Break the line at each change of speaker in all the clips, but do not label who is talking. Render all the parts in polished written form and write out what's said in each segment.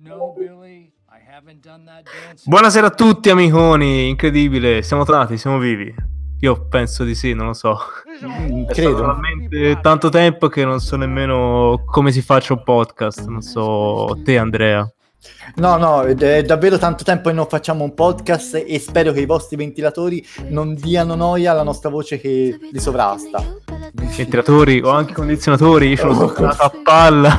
Buonasera a tutti amiconi, incredibile, siamo tornati, siamo vivi. Io penso di sì, non lo so. È stato veramente tanto tempo che non so nemmeno come si faccia un podcast, non so te Andrea.
No, è davvero tanto tempo che non facciamo un podcast e spero che i vostri ventilatori non diano noia alla nostra voce che li sovrasta.
Ventilatori o anche condizionatori, io ce l'ho buttata a palla.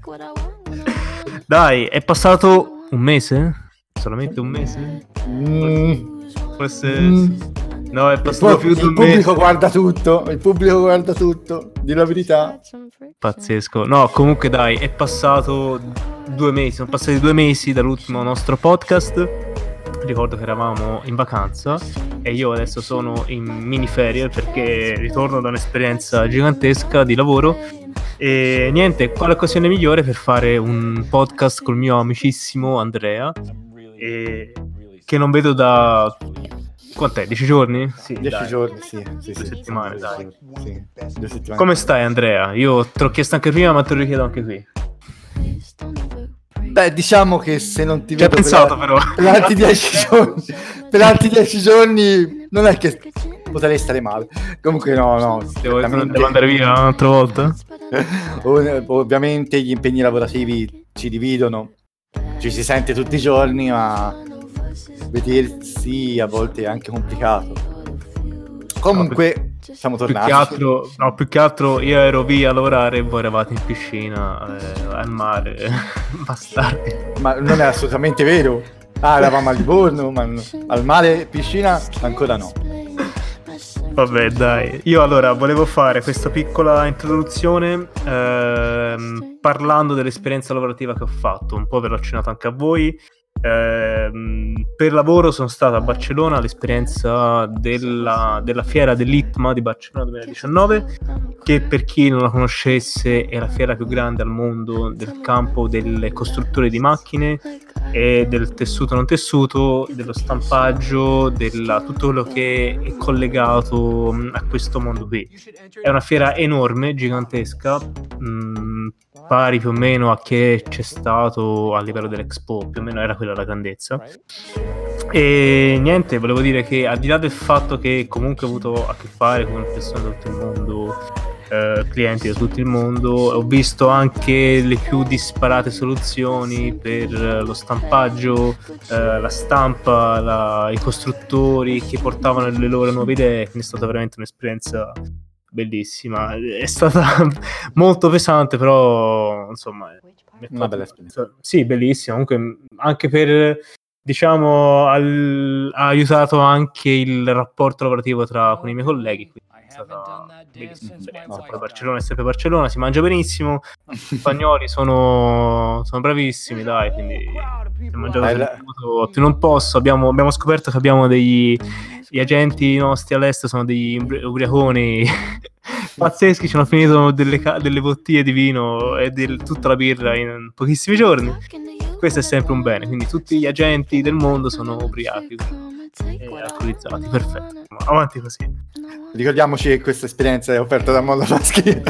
Dai, è passato un mese? Solamente un mese? Forse... No, è passato più di un mese.
Il pubblico guarda tutto, di la verità.
Pazzesco. No, comunque dai, è passato 2 mesi, sono passati 2 mesi dall'ultimo nostro podcast. Ricordo che eravamo in vacanza e io adesso sono in mini ferie perché ritorno da un'esperienza gigantesca di lavoro e niente, quale occasione migliore per fare un podcast col mio amicissimo Andrea che non vedo da... Quant'è? 10 giorni? Sì,
10 giorni, sì.
2 settimane, dai.
Sì, 2 settimane.
Come stai Andrea? Io te l'ho chiesto anche prima ma te lo richiedo anche qui.
Beh, diciamo che se non ti vedo
per
altri 10 giorni non è che potrei stare male. Comunque no.
Devo andare via un'altra volta?
Ovviamente gli impegni lavorativi ci dividono, ci si sente tutti i giorni, ma vedersi a volte è anche complicato. Comunque siamo tornati.
Più che altro io ero via a lavorare e voi eravate in piscina al mare. Bastardi.
Ma non è assolutamente vero. Eravamo a Livorno, ma al mare, piscina ancora no.
Vabbè dai, io allora volevo fare questa piccola introduzione parlando dell'esperienza lavorativa che ho fatto, un po' ve l'ho accennato anche a voi. Per lavoro sono stato a Barcellona all'esperienza della fiera dell'ITMA di Barcellona 2019, che per chi non la conoscesse è la fiera più grande al mondo del campo delle costruttori di macchine e del tessuto non tessuto, dello stampaggio, tutto quello che è collegato a questo mondo qui. È una fiera enorme, gigantesca, pari più o meno a che c'è stato a livello dell'Expo, più o meno era quella la grandezza. E niente, volevo dire che al di là del fatto che comunque ho avuto a che fare con persone da tutto il mondo, clienti da tutto il mondo, ho visto anche le più disparate soluzioni per lo stampaggio, la stampa, i costruttori che portavano le loro nuove idee, quindi è stata veramente un'esperienza bellissima. È stata molto pesante, però insomma
una bella esperienza.
Sì, bellissima. Comunque anche per, diciamo, ha aiutato anche il rapporto lavorativo con i miei colleghi, quindi è stata bellissima esperienza. Poi Barcellona è sempre Barcellona, si mangia benissimo, gli spagnoli sono bravissimi, dai, quindi mangiato più non posso. Abbiamo scoperto che abbiamo gli agenti nostri all'est sono degli ubriaconi pazzeschi, ci hanno finito delle bottiglie di vino e tutta la birra in pochissimi giorni. Questo è sempre un bene, quindi tutti gli agenti del mondo sono ubriachi e alcolizzati, perfetto. Avanti così.
Ricordiamoci che questa esperienza è offerta da Molla Maschile.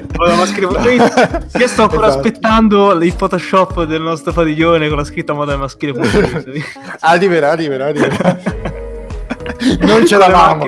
Io sto ancora aspettando il Photoshop del nostro fadiglione con la scritta Molla Maschile.
Arriverà. Non ce l'avamo.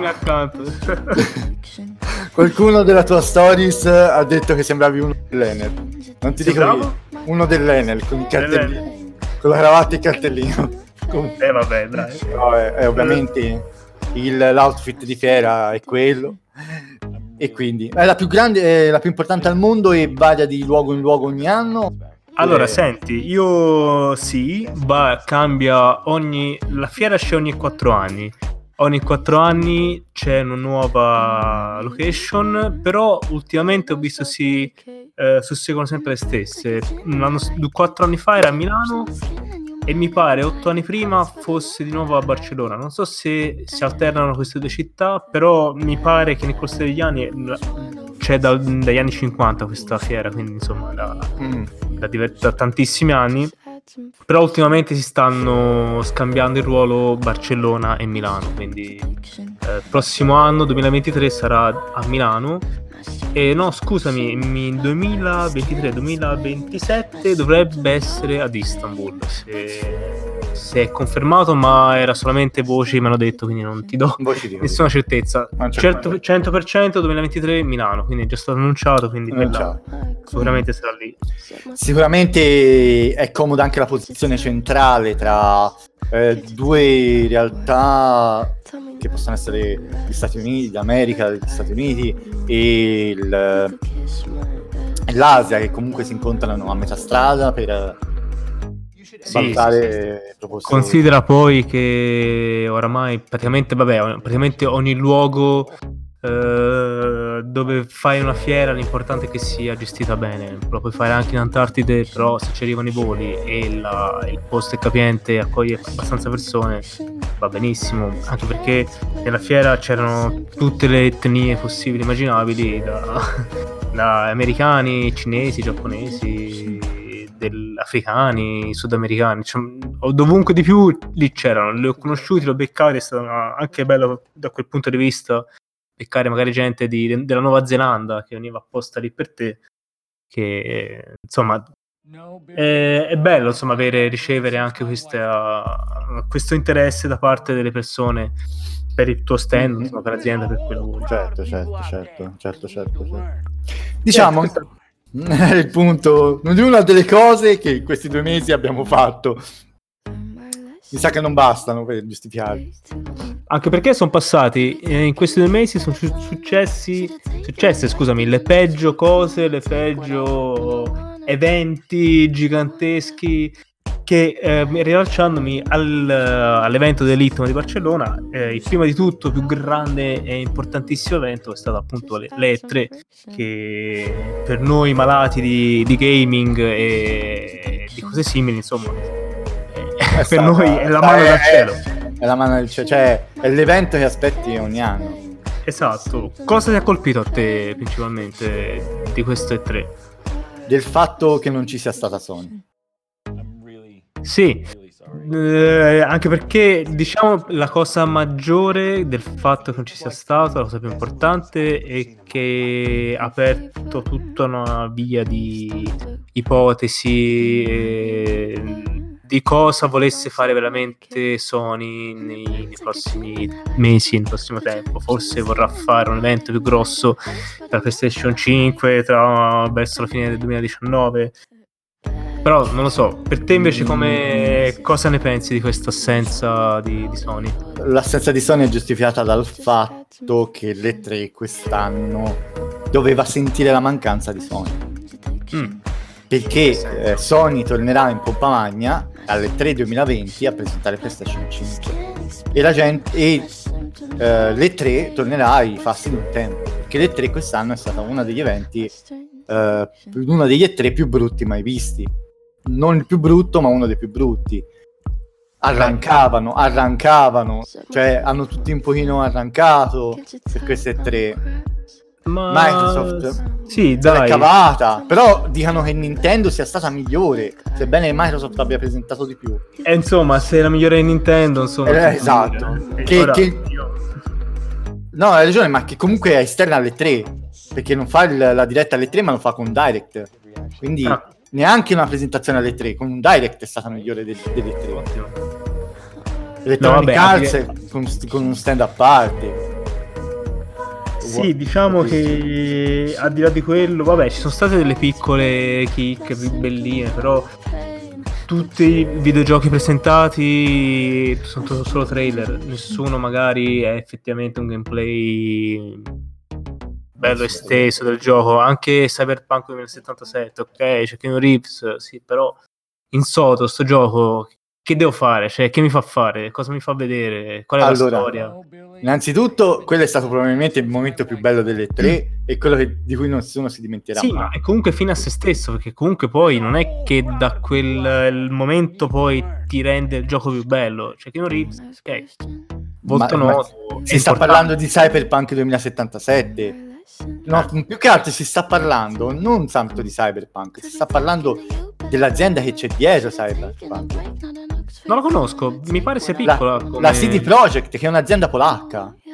Qualcuno della tua stories ha detto che sembravi uno dell'Enel. Non ti dico io. Uno dell'Enel con il cartellino, con la cravatta e il cartellino.
Vabbè, dai.
No, ovviamente l'outfit di fiera è quello. E quindi è la più grande, è la più importante al mondo e varia di luogo in luogo ogni anno.
Allora, senti, io sì, cambia la fiera c'è ogni 4 anni. Ogni 4 anni c'è una nuova location, però ultimamente ho visto susseguono sempre le stesse. 4 anni fa era a Milano e mi pare 8 anni prima fosse di nuovo a Barcellona. Non so se si alternano queste due città, però mi pare che nel corso degli anni c'è dagli anni 50 questa fiera, quindi insomma da tantissimi anni. Però ultimamente si stanno scambiando il ruolo Barcellona e Milano, quindi prossimo anno 2023 sarà a Milano No, scusami, in 2023-2027 dovrebbe essere ad Istanbul, se è confermato, ma era solamente voci, mi hanno detto, quindi non ti do nessuna certezza. 100% 2023 Milano, quindi è già stato annunciato, quindi sicuramente sarà lì.
Sicuramente è comoda anche la posizione centrale tra due realtà che possono essere gli Stati Uniti d'America, gli Stati Uniti e l'Asia, che comunque si incontrano a metà strada per valutare proposte.
Considera poi che oramai praticamente ogni luogo dove fai una fiera, l'importante è che sia gestita bene. Lo puoi fare anche in Antartide, però se ci arrivano i voli e il posto è capiente, accoglie abbastanza persone, va benissimo, anche perché nella fiera c'erano tutte le etnie possibili e immaginabili, da americani, cinesi, giapponesi, africani, sudamericani, cioè, dovunque di più lì c'erano, li ho conosciuti, li ho beccati, è stato anche bello da quel punto di vista beccare magari gente della Nuova Zelanda che veniva apposta lì per te, che insomma è bello, insomma, ricevere anche questo interesse da parte delle persone per il tuo stand, insomma, per l'azienda per cui lavori.
Certo. Diciamo il punto, una delle cose che in questi 2 mesi abbiamo fatto, mi sa che non bastano per giustificare,
anche perché sono passati in questi 2 mesi, sono successe le peggio cose, le peggio eventi giganteschi che rilasciandomi all'evento dell'Itma di Barcellona, prima di tutto più grande e importantissimo evento è stato appunto le E3, che per noi malati di gaming e di cose simili, insomma, per noi è la mano dal cielo.
È la mano del cielo, cioè è l'evento che aspetti ogni anno.
Esatto. Cosa ti ha colpito a te principalmente di questo E3?
Del fatto che non ci sia stata Sony.
Sì, anche perché diciamo la cosa maggiore del fatto che non ci sia stato, la cosa più importante, è che ha aperto tutta una via di ipotesi di cosa volesse fare veramente Sony nei prossimi mesi, nel prossimo tempo. Forse vorrà fare un evento più grosso per PlayStation 5 verso la fine del 2019. Però non lo so, per te invece cosa ne pensi di questa assenza di Sony?
L'assenza di Sony è giustificata dal fatto che l'E3 quest'anno doveva sentire la mancanza di Sony. Perché Sony tornerà in pompa magna all'E3 2020 a presentare PlayStation 5 e l'E3 tornerà ai fasti di un tempo, perché l'E3 quest'anno è stata uno degli eventi uno degli E3 più brutti mai visti. Non il più brutto, ma uno dei più brutti. Arrancavano, cioè hanno tutti un pochino arrancato per queste 3. Microsoft
sì,
è cavata, però dicano che Nintendo sia stata migliore, sebbene Microsoft abbia presentato di più.
E insomma, se la migliore è Nintendo, insomma.
Esatto. No, hai ragione, ma che comunque è esterna alle 3, perché non fa la diretta alle 3, ma lo fa con Direct. Quindi neanche una presentazione alle 3, con un Direct è stata migliore delle 3. Electronic Arts con un stand a parte.
Sì, diciamo che al di là di quello, ci sono state delle piccole chicche belline, però tutti i videogiochi presentati sono solo trailer, nessuno magari è effettivamente un gameplay bello esteso del gioco. Anche Cyberpunk 2077, ok, c'è Keanu Reeves, sì, però in sodo sto gioco che devo fare? Cioè, che mi fa fare? Cosa mi fa vedere? Qual è la storia?
Innanzitutto, quello è stato probabilmente il momento più bello delle 3 e quello di cui nessuno si dimenticherà.
Sì, ma è comunque fine a se stesso, perché comunque poi non è che da quel momento poi ti rende il gioco più bello. Cioè, Keanu Reeves, ok, volto no.
Si sta parlando di Cyberpunk 2077. No, più che altro si sta parlando non tanto di Cyberpunk, si sta parlando dell'azienda che c'è dietro Cyberpunk.
Non la conosco, mi pare sia piccola.
La CD Projekt, che è un'azienda polacca.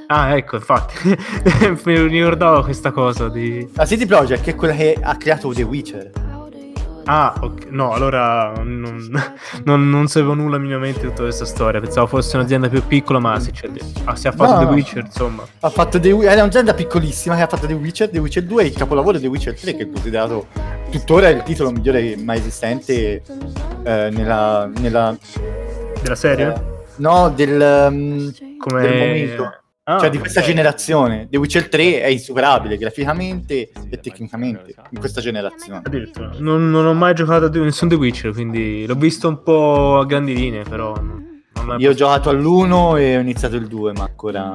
Ah, ecco, infatti, mi ricordavo questa cosa di...
La CD Projekt è quella che ha creato The Witcher.
Ah, ok. No, allora non sapevo nulla minimamente di tutta questa storia. Pensavo fosse un'azienda più piccola, ma se ha fatto The Witcher, insomma.
Ha fatto era un'azienda piccolissima che ha fatto The Witcher 2 e il capolavoro The Witcher 3, che è considerato tuttora il titolo migliore mai esistente nella
della serie?
No, del
Come...
momento. Cioè di questa generazione. The Witcher 3 è insuperabile graficamente e tecnicamente in questa generazione.
Addirittura. Non ho mai giocato a nessun The Witcher, quindi l'ho visto un po' a grandi linee, però
io ho giocato all'1 e ho iniziato il 2, ma ancora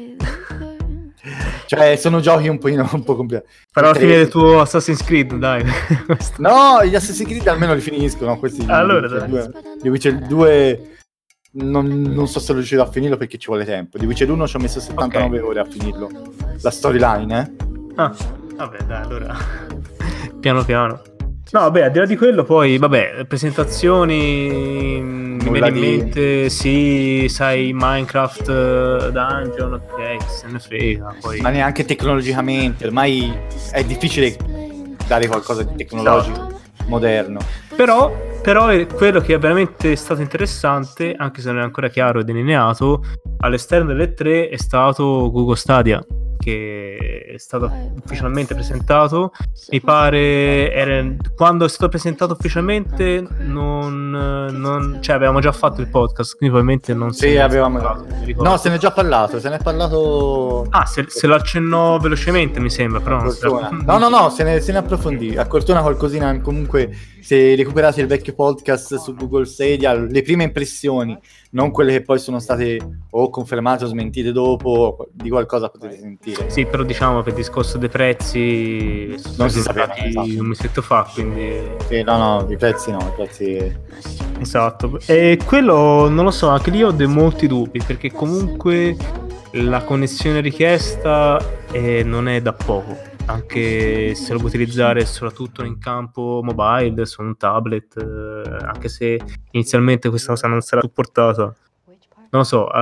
cioè sono giochi un po' complicati.
Però alla fine del tuo Assassin's Creed, dai.
No, gli Assassin's Creed almeno li finiscono questi.
Allora,
The Witcher 2 non so se sono riuscito a finirlo perché ci vuole tempo. The Witcher 1 ci ho messo 79 ore a finirlo. La storyline,
Ah, vabbè, dai, allora. Piano piano. No, vabbè, al di là di quello, poi, vabbè, presentazioni. Mi viene in mente, sì, sai, Minecraft Dungeon, ok, se ne frega. Poi...
Ma neanche tecnologicamente, ormai è difficile dare qualcosa di tecnologico moderno.
Però è quello che è veramente stato interessante, anche se non è ancora chiaro e delineato, all'esterno delle 3 è stato Google Stadia, che è stato ufficialmente presentato. Mi pare quando è stato presentato ufficialmente cioè avevamo già fatto il podcast, quindi probabilmente non
sì, avevamo no, se ne è già parlato, se ne è parlato.
Ah, se lo accennò velocemente mi sembra, però
no, se ne approfondì a Cortona qualcosina. Comunque se recuperate il vecchio podcast su Google Stadia, le prime impressioni, non quelle che poi sono state o confermate o smentite dopo, di qualcosa potete sentire.
Sì, però diciamo per il discorso dei prezzi
non si sapeva
un mesetto fa, quindi
sì, no, i prezzi
esatto. E quello non lo so, anche lì ho molti dubbi, perché comunque la connessione richiesta non è da poco, anche se lo puoi utilizzare soprattutto in campo mobile, su un tablet, anche se inizialmente questa cosa non sarà supportata. Non lo so,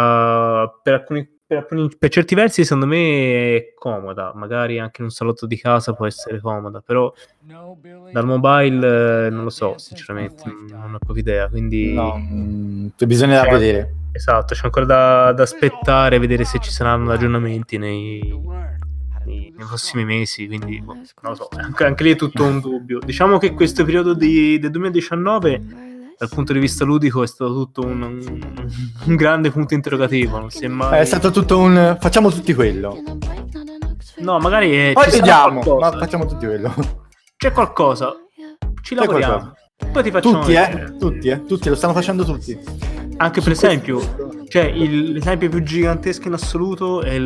per certi versi secondo me è comoda, magari anche in un salotto di casa può essere comoda, però dal mobile non lo so, sinceramente non ho proprio idea, quindi
bisogna vedere.
Esatto, c'è ancora da aspettare, vedere se ci saranno aggiornamenti nei prossimi mesi, quindi non lo so, anche lì è tutto un dubbio. Diciamo che questo periodo del 2019 dal punto di vista ludico è stato tutto un grande punto interrogativo, non si è mai...
È stato tutto facciamo tutti quello.
No, magari
poi vediamo, ma facciamo tutti quello.
C'è qualcosa, ci lavoriamo.
Qualcosa.
Poi ti facciamo
tutti, lo stanno facendo tutti.
Anche per esempio, cioè l'esempio più gigantesco in assoluto è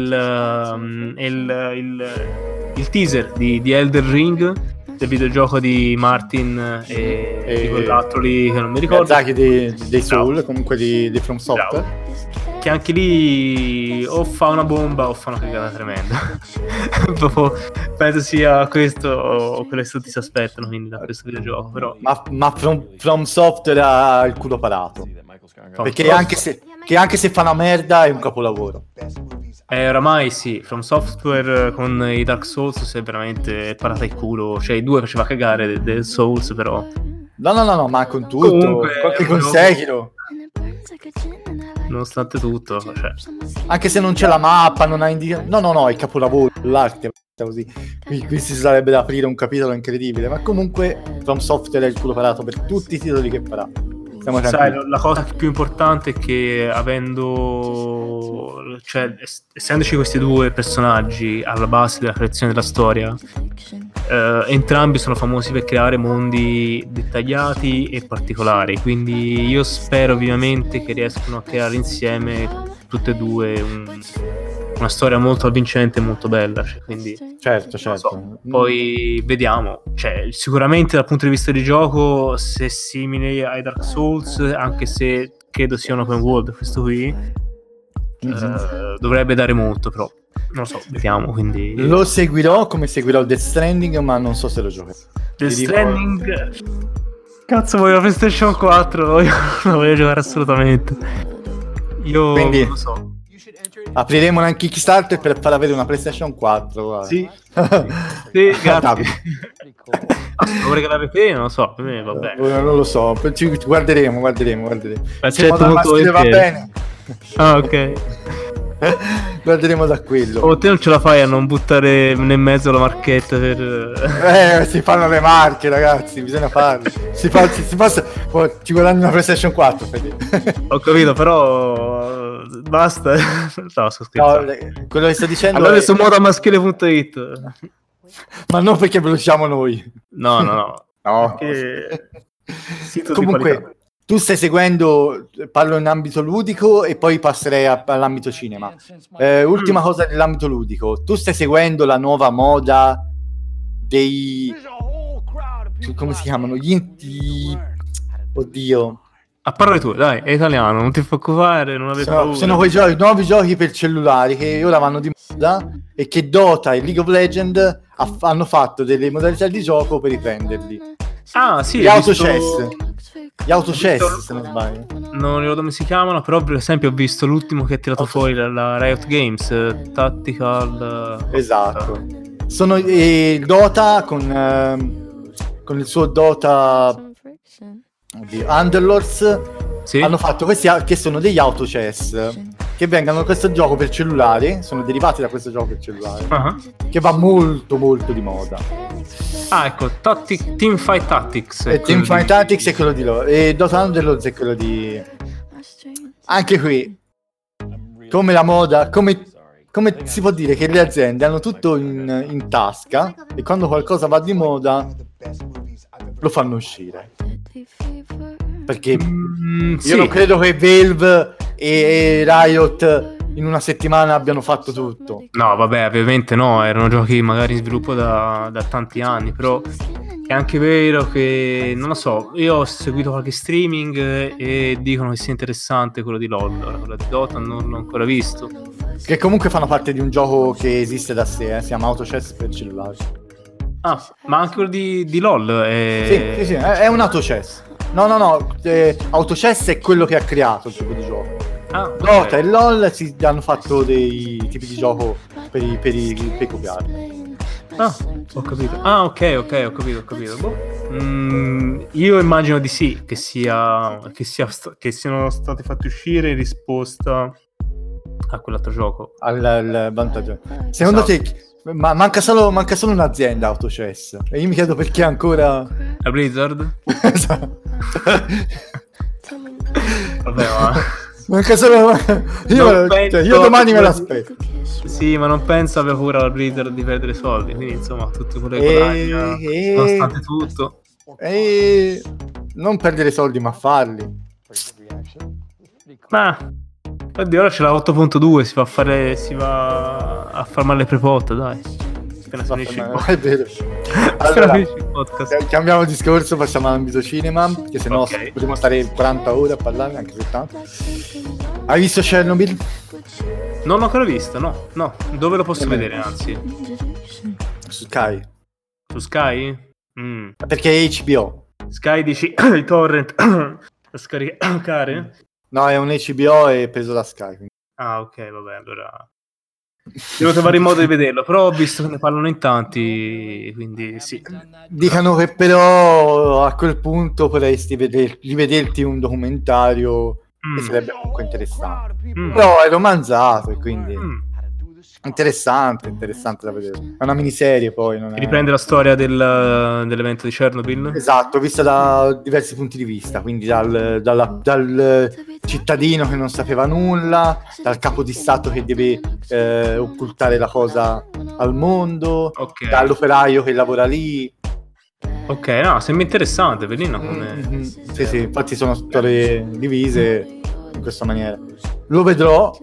il teaser di Elden Ring, del videogioco di Martin e di quell'altro lì che non mi ricordo,
Miyazaki dei Soul, comunque di From Software,
che anche lì o fa una bomba o fa una cagata tremenda. Proprio penso sia questo o quello che tutti si aspettano quindi da questo videogioco, però
ma From Software ha il culo parato, perché anche se fa una merda è un capolavoro.
Oramai sì, From Software con i Dark Souls si è veramente parata il culo, cioè i 2 faceva cagare del Souls, però
no, ma con tutto comunque, qualche Sekiro,
nonostante tutto, cioè.
Anche se non c'è la mappa, non ha no, è il capolavoro, l'arte così. Qui si sarebbe da aprire un capitolo incredibile, ma comunque From Software è il culo parato per tutti i titoli che farà.
Sai, la cosa più importante è che essendoci questi 2 personaggi alla base della creazione della storia, entrambi sono famosi per creare mondi dettagliati e particolari, quindi io spero vivamente che riescano a creare insieme tutte e 2 una storia molto avvincente e molto bella, cioè, quindi
certo.
So. Poi vediamo, cioè, sicuramente dal punto di vista di gioco se è simile ai Dark Souls, anche se credo sia un open world questo qui, dovrebbe dare molto, però non lo so, vediamo, quindi
lo seguirò come seguirò Death Stranding, ma non so se lo giocherò.
Death Stranding cazzo, voglio la PlayStation 4, lo voglio giocare assolutamente. Io
quindi
non lo so.
apriremo un Kickstarter per far avere una PlayStation 4. Guarda.
Sì, sì, grazie. Devo regalare te? Non lo so, per me va bene.
Non lo so, guarderemo. Se
Accetto molto
va
volentieri.
bene.
Ah, ok.
Guarderemo da quello.
O te non ce la fai a non buttare nel mezzo la marchetta per...
Si fanno le marche, ragazzi, bisogna farle. Si passa, poi ci guadagni una PlayStation 4.
Ho capito, però basta. No, sto scherzando.
No, quello che sto dicendo
allora su modomaschile.it.
Ma non perché ve lo diciamo noi.
No.
Perché...
Sito
Comunque,
di qualità.
tu stai seguendo, parlo in ambito ludico e poi passerei all'ambito cinema. Ultima cosa nell'ambito ludico, tu stai seguendo la nuova moda dei... come si chiamano? Oddio.
A parole tue, dai, è italiano, non ti preoccupare, non avete paura.
Sono quei nuovi giochi per cellulari che ora vanno di moda e che Dota e League of Legends hanno fatto delle modalità di gioco per riprenderli.
Ah, sì,
Gli autochess. Gli autochess, se non sbaglio.
Non ricordo come si chiamano, però per esempio ho visto l'ultimo che ha tirato fuori la Riot Games, Tactical...
Esatto. Sono il Dota con il suo Dota di Underlords. Sì? Hanno fatto questi che sono degli autochess che vengono da questo gioco per cellulari, sono derivati da questo gioco per cellulari, che va molto molto di moda.
Ah, ecco, Teamfight Tactics.
Teamfight Tactics è quello di loro e Dota Underlords è quello di... Anche qui, come la moda, come si può dire che le aziende hanno tutto in tasca e quando qualcosa va di moda lo fanno uscire. Perché io non credo che Valve e Riot in una settimana abbiano fatto tutto.
No, vabbè, ovviamente no, erano giochi magari in sviluppo da tanti anni, però è anche vero che, non lo so, io ho seguito qualche streaming e dicono che sia interessante quello di LoL, quello di Dota non l'ho ancora visto.
Che comunque fanno parte di un gioco che esiste da sé, si chiama Autochess per cellulari.
Ah, ma anche quello di LoL è...
Sì, è un autochess. No, autochess è quello che ha creato il tipo di gioco. Dota e LoL hanno fatto dei tipi di gioco per i copiarli.
Ah, ho capito. Ah, ok, ho capito. Boh. Io immagino di sì, che siano stati fatti uscire in risposta a quell'altro gioco.
Al vantaggio. Secondo te... Ma manca solo un'azienda autochess e io mi chiedo perché ancora
la Blizzard.
Esatto.
Vabbè, ma
manca solo io domani me l'aspetto.
Sì, ma non penso abbia paura la Blizzard di perdere soldi, quindi insomma tutto quello che guadagna nonostante tutto
non perdere soldi ma farli.
Ma oddio, ora c'è la 8.2, si va a far male le prepotte, dai. Appena finisce il
è vero. Allora, cambiamo discorso, passiamo all'ambito cinema, che se no potremmo stare 40 ore a parlare, anche 70. Hai visto Chernobyl?
Non l'ho ancora visto, no. Dove lo posso vedere, anzi?
Su Sky.
Su Sky?
Perché è HBO.
Sky dici il torrent da scaricare?
No, è un HBO e preso da Sky. Quindi.
Ah, ok, vabbè, allora devo trovare il modo di vederlo, però ho visto che ne parlano in tanti, quindi sì.
Dicano che però a quel punto potresti rivederti un documentario che sarebbe comunque interessante. Però è romanzato e quindi interessante da vedere. È una miniserie poi. Non è...
Riprende la storia dell'evento di Chernobyl?
Esatto, vista da diversi punti di vista, quindi dal cittadino che non sapeva nulla, dal capo di stato che deve occultare la cosa al mondo, dall'operaio che lavora lì.
Ok, no, sembra interessante, bellino come...
Sì, infatti sono storie divise in questa maniera. Lo vedrò.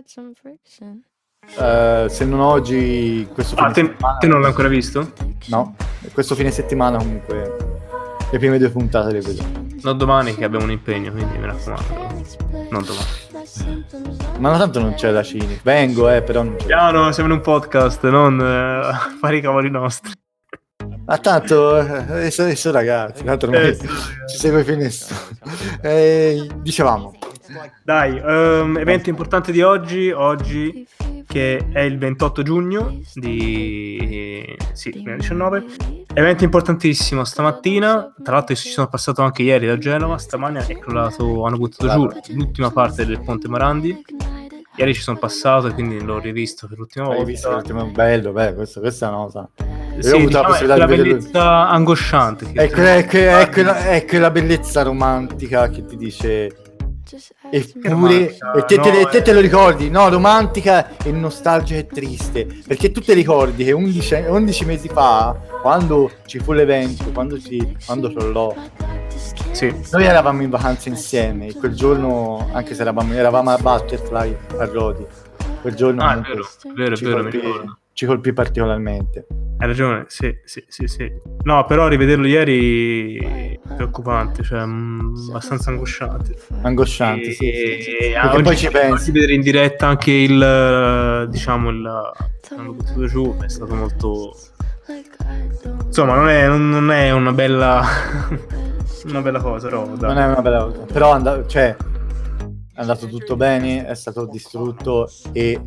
Se non oggi, questo fine settimana.
Te non l'hai ancora visto?
No, questo fine settimana comunque le prime 2 puntate le vedo.
Non domani che abbiamo un impegno, quindi mi raccomando. Non domani.
Ma tanto non c'è la Cini. Vengo, però non c'è.
Piano, siamo in un podcast, non fare i cavoli nostri.
Ma tanto sono ragazzi, tanto ci segue fine. Dicevamo,
Dai, evento importante di oggi che è il 28 giugno di 2019. Evento importantissimo stamattina, tra l'altro ci sono passato anche ieri da Genova, stamani è crollato, hanno buttato giù l'ultima parte del ponte Morandi. Ieri ci sono passato e quindi l'ho rivisto per l'ultima volta.
Visto bello, questa è una cosa.
Sì, diciamo, è la bellezza angosciante.
È quella bellezza romantica che ti dice... Eppure te lo ricordi, no, romantica e nostalgica e triste, perché tu ti ricordi che 11 mesi fa, quando ci fu l'evento, quando crollò,
sì,
noi eravamo in vacanza insieme e quel giorno, anche se eravamo a Butterfly a Rodi, quel giorno
è vero, mi ricordo.
Ci colpì particolarmente.
Hai ragione, sì. No, però rivederlo ieri preoccupante, cioè abbastanza angosciante.
Angosciante, sì.
Perché poi ci pensi. Vedere in diretta anche hanno buttato giù, è stato molto... Insomma, non è una bella una bella cosa, no, dai.
Non è una bella cosa, però è andato tutto bene, è stato distrutto e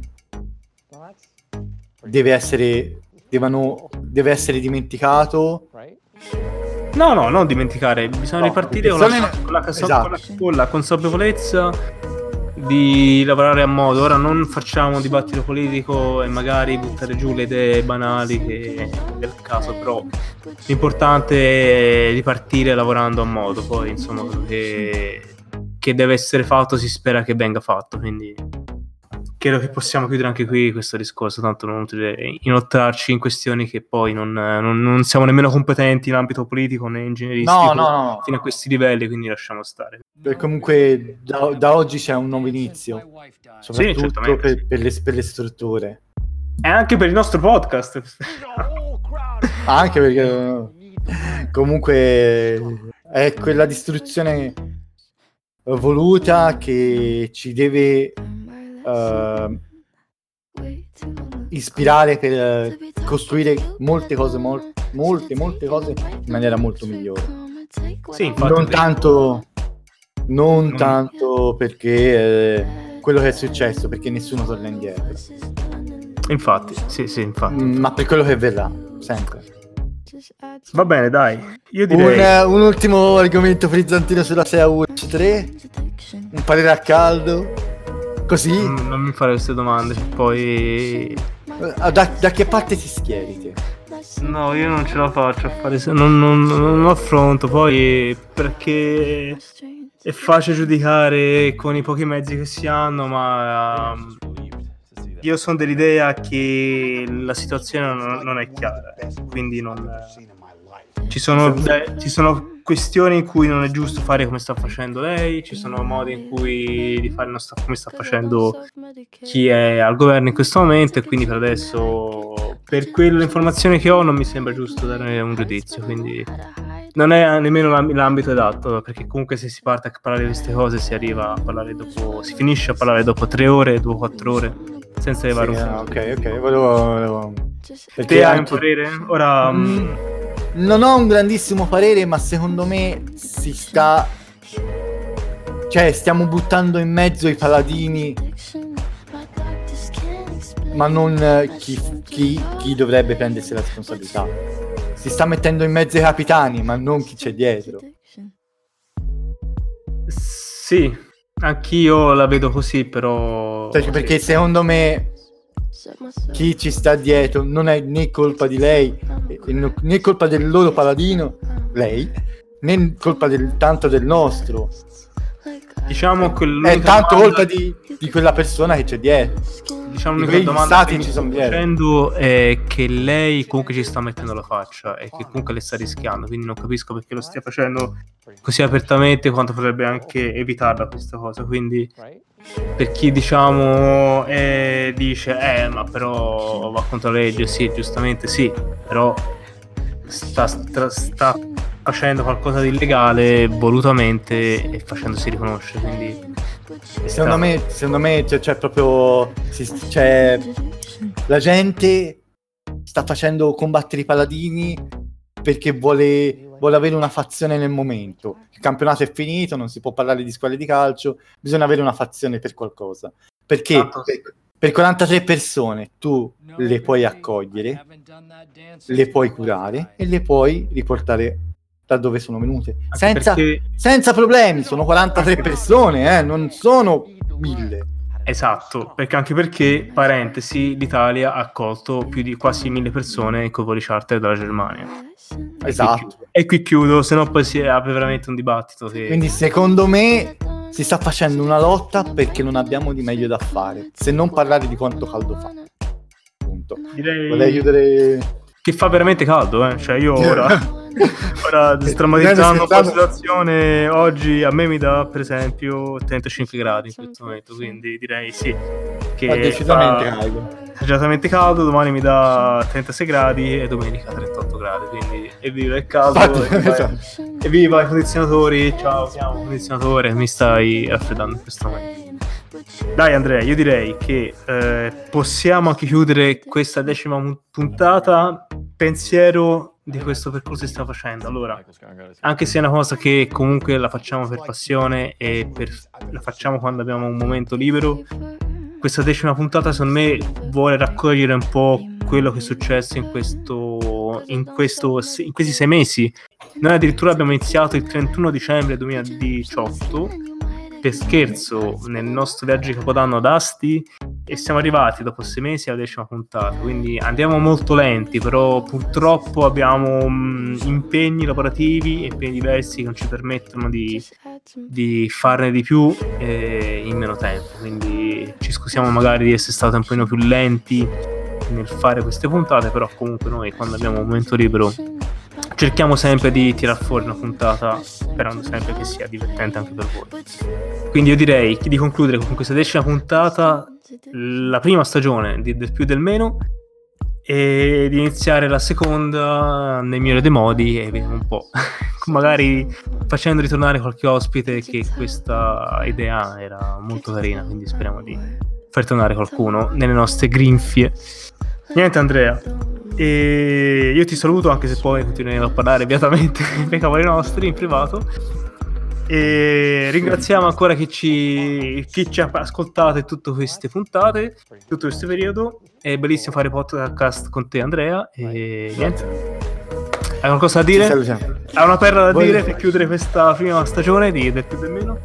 deve essere dimenticato.
No, non dimenticare, bisogna ripartire con la consapevolezza di lavorare a modo. Ora non facciamo dibattito politico e magari buttare giù le idee banali che del caso, però l'importante è ripartire lavorando a modo. Poi insomma quello che deve essere fatto si spera che venga fatto, quindi credo che possiamo chiudere anche qui questo discorso, tanto non utile inoltrarci in questioni che poi non siamo nemmeno competenti in ambito politico né ingegneristico
no.
fino a questi livelli, quindi lasciamo stare.
Comunque da oggi c'è un nuovo inizio, soprattutto per le strutture.
E anche per il nostro podcast.
Anche perché comunque è quella distruzione voluta che ci deve ispirare per costruire molte cose in maniera molto migliore.
Sì, infatti,
non tanto perché quello che è successo, perché nessuno torna indietro.
Infatti, sì, infatti.
Ma per quello che verrà, sempre.
Va bene, dai. Io direi
un ultimo argomento frizzantino sulla Sea Watch 3. Un parere a caldo. Così?
Non mi fare queste domande, poi...
Da che parte ti schieri te?
No, io non ce la faccio a fare... Non affronto, poi perché è facile giudicare con i pochi mezzi che si hanno, ma io sono dell'idea che la situazione non è chiara, quindi ci sono questioni in cui non è giusto fare come sta facendo lei, ci sono modi in cui di fare come sta facendo chi è al governo in questo momento, e quindi per adesso, per quelle informazioni che ho, non mi sembra giusto dare un giudizio, quindi non è nemmeno l'ambito adatto, perché comunque se si parte a parlare di queste cose si finisce a parlare dopo 3 ore, dopo 4 ore, senza arrivare
ok, volevo...
Perché te hai un parere? Ora...
Non ho un grandissimo parere, ma secondo me stiamo buttando in mezzo i paladini, ma non chi dovrebbe prendersi la responsabilità. Si sta mettendo in mezzo i capitani, ma non chi c'è dietro.
Sì, anch'io la vedo così, però...
Perché secondo me chi ci sta dietro non è né colpa di lei, né colpa del loro paladino, lei, né colpa tanto del nostro.
Diciamo che
è tanto colpa di quella persona che c'è dietro.
Diciamo l'unica domanda che mi sto facendo è che lei comunque ci sta mettendo la faccia e che comunque le sta rischiando, quindi non capisco perché lo stia facendo così apertamente, quanto potrebbe anche evitarla questa cosa. Quindi per chi diciamo dice ma però va contro la legge, sì, giustamente sì, però sta facendo qualcosa di illegale volutamente e facendosi riconoscere, quindi
secondo me c'è proprio la gente sta facendo combattere i paladini perché vuole vuole avere una fazione nel momento. Il campionato è finito, non si può parlare di squadre di calcio, bisogna avere una fazione per qualcosa. Perché per 43 persone tu le puoi accogliere, le puoi curare e le puoi riportare da dove sono venute. Senza problemi, sono 43 persone, non sono 1000.
Esatto, perché anche perché, parentesi, l'Italia ha accolto più di quasi 1000 persone con voli charter dalla Germania.
Esatto.
E qui chiudo, se no poi si apre veramente un dibattito.
Quindi secondo me si sta facendo una lotta perché non abbiamo di meglio da fare, se non parlare di quanto caldo fa. Punto. Vorrei chiudere...
Che fa veramente caldo, cioè io ora strammatizzando un po' la situazione, oggi a me mi dà per esempio 35 gradi in questo momento, quindi direi sì che
è
decisamente caldo, domani mi dà 36 gradi e domenica 38 gradi, quindi evviva il caldo evviva i condizionatori, ciao, siamo condizionatore, mi stai raffreddando in questo momento. Dai Andrea, io direi che possiamo anche chiudere questa 10ª puntata. Pensiero di questo percorso che stiamo facendo. Allora, anche se è una cosa che comunque la facciamo per passione e la facciamo quando abbiamo un momento libero, questa 10ª puntata secondo me vuole raccogliere un po' quello che è successo in questi 6 mesi. Noi addirittura abbiamo iniziato il 31 dicembre 2018 per scherzo nel nostro viaggio di Capodanno ad Asti e siamo arrivati dopo 6 mesi alla 10ª puntata, quindi andiamo molto lenti, però purtroppo abbiamo impegni lavorativi e impegni diversi che non ci permettono di farne di più in meno tempo, quindi ci scusiamo magari di essere stati un po' più lenti nel fare queste puntate, però comunque noi quando abbiamo un momento libero cerchiamo sempre di tirar fuori una puntata, sperando sempre che sia divertente anche per voi. Quindi io direi di concludere con questa 10ª puntata la prima stagione del più del meno e di iniziare la seconda nel migliore dei modi e vediamo un po', magari facendo ritornare qualche ospite, che questa idea era molto carina, quindi speriamo di far tornare qualcuno nelle nostre grinfie. Niente Andrea, e io ti saluto, anche se poi continueremo a parlare viatamente per cavoli nostri in privato, e ringraziamo ancora chi ci ha ascoltato in tutte queste puntate, tutto questo periodo. È bellissimo fare podcast con te Andrea, e niente, hai qualcosa da dire? Hai una perla da dire per chiudere questa prima stagione del più del meno?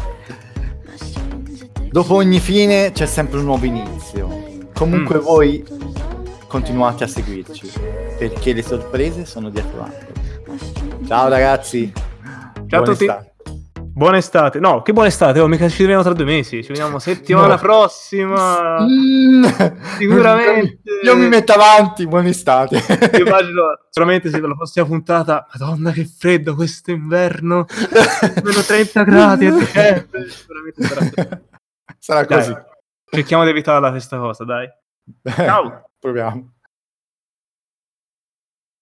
Dopo ogni fine c'è sempre un nuovo inizio. Comunque voi continuate a seguirci, perché le sorprese sono dietro l'angolo. Ciao ragazzi.
Ciao a tutti. Buona estate. No, che buona estate, mica ci vediamo tra 2 mesi. Ci vediamo settimana prossima. Sicuramente.
Io mi metto avanti, buona estate.
Io immagino, solamente se per la prossima puntata, madonna che freddo questo inverno, meno 30 gradi a dicembre. Sicuramente
sarà così.
Cerchiamo di evitarla questa cosa, dai.
Ciao. Proviamo.